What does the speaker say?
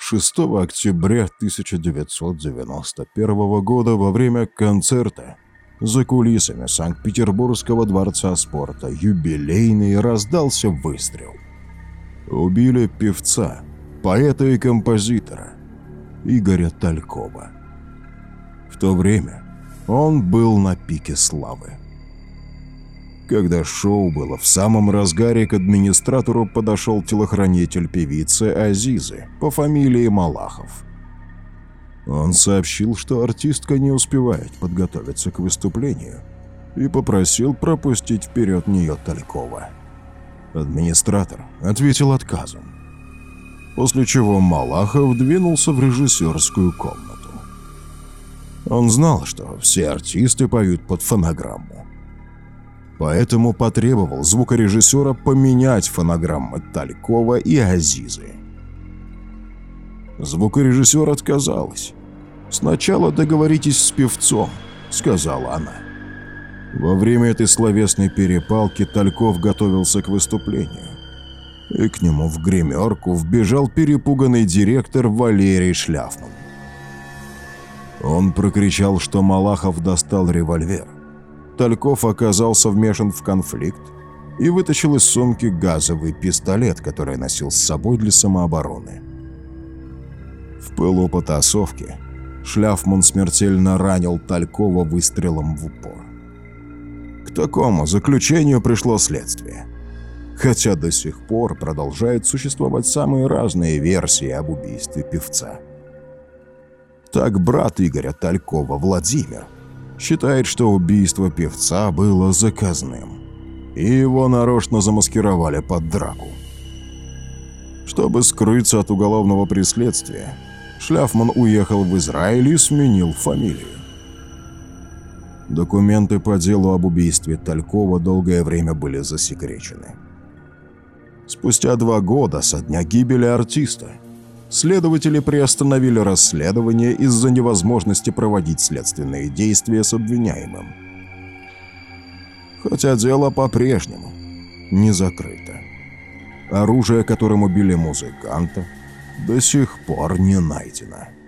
6 октября 1991 года во время концерта за кулисами Санкт-Петербургского дворца спорта «Юбилейный» раздался выстрел. Убили певца, поэта и композитора Игоря Талькова. В то время он был на пике славы. Когда шоу было в самом разгаре, к администратору подошел телохранитель певицы Азизы по фамилии Малахов. Он сообщил, что артистка не успевает подготовиться к выступлению, и попросил пропустить вперед нее Талькова. Администратор ответил отказом, после чего Малахов двинулся в режиссерскую комнату. Он знал, что все артисты поют под фонограмму, поэтому потребовал звукорежиссера поменять фонограммы Талькова и Азизы. Звукорежиссер отказалась. «Сначала договоритесь с певцом», — сказала она. Во время этой словесной перепалки Тальков готовился к выступлению, и к нему в гримерку вбежал перепуганный директор Валерий Шляфман. Он прокричал, что Малахов достал револьвер. Тальков оказался вмешан в конфликт и вытащил из сумки газовый пистолет, который носил с собой для самообороны. В пылу потасовки Шляфман смертельно ранил Талькова выстрелом в упор. К такому заключению пришло следствие, хотя до сих пор продолжают существовать самые разные версии об убийстве певца. Так брат Игоря Талькова, Владимир, считает, что убийство певца было заказным, и его нарочно замаскировали под драку. Чтобы скрыться от уголовного преследствия, Шляфман уехал в Израиль и сменил фамилию. Документы по делу об убийстве Талькова долгое время были засекречены. Спустя 2 года со дня гибели артиста следователи приостановили расследование из-за невозможности проводить следственные действия с обвиняемым. Хотя дело по-прежнему не закрыто. Оружие, которым убили музыканта, до сих пор не найдено.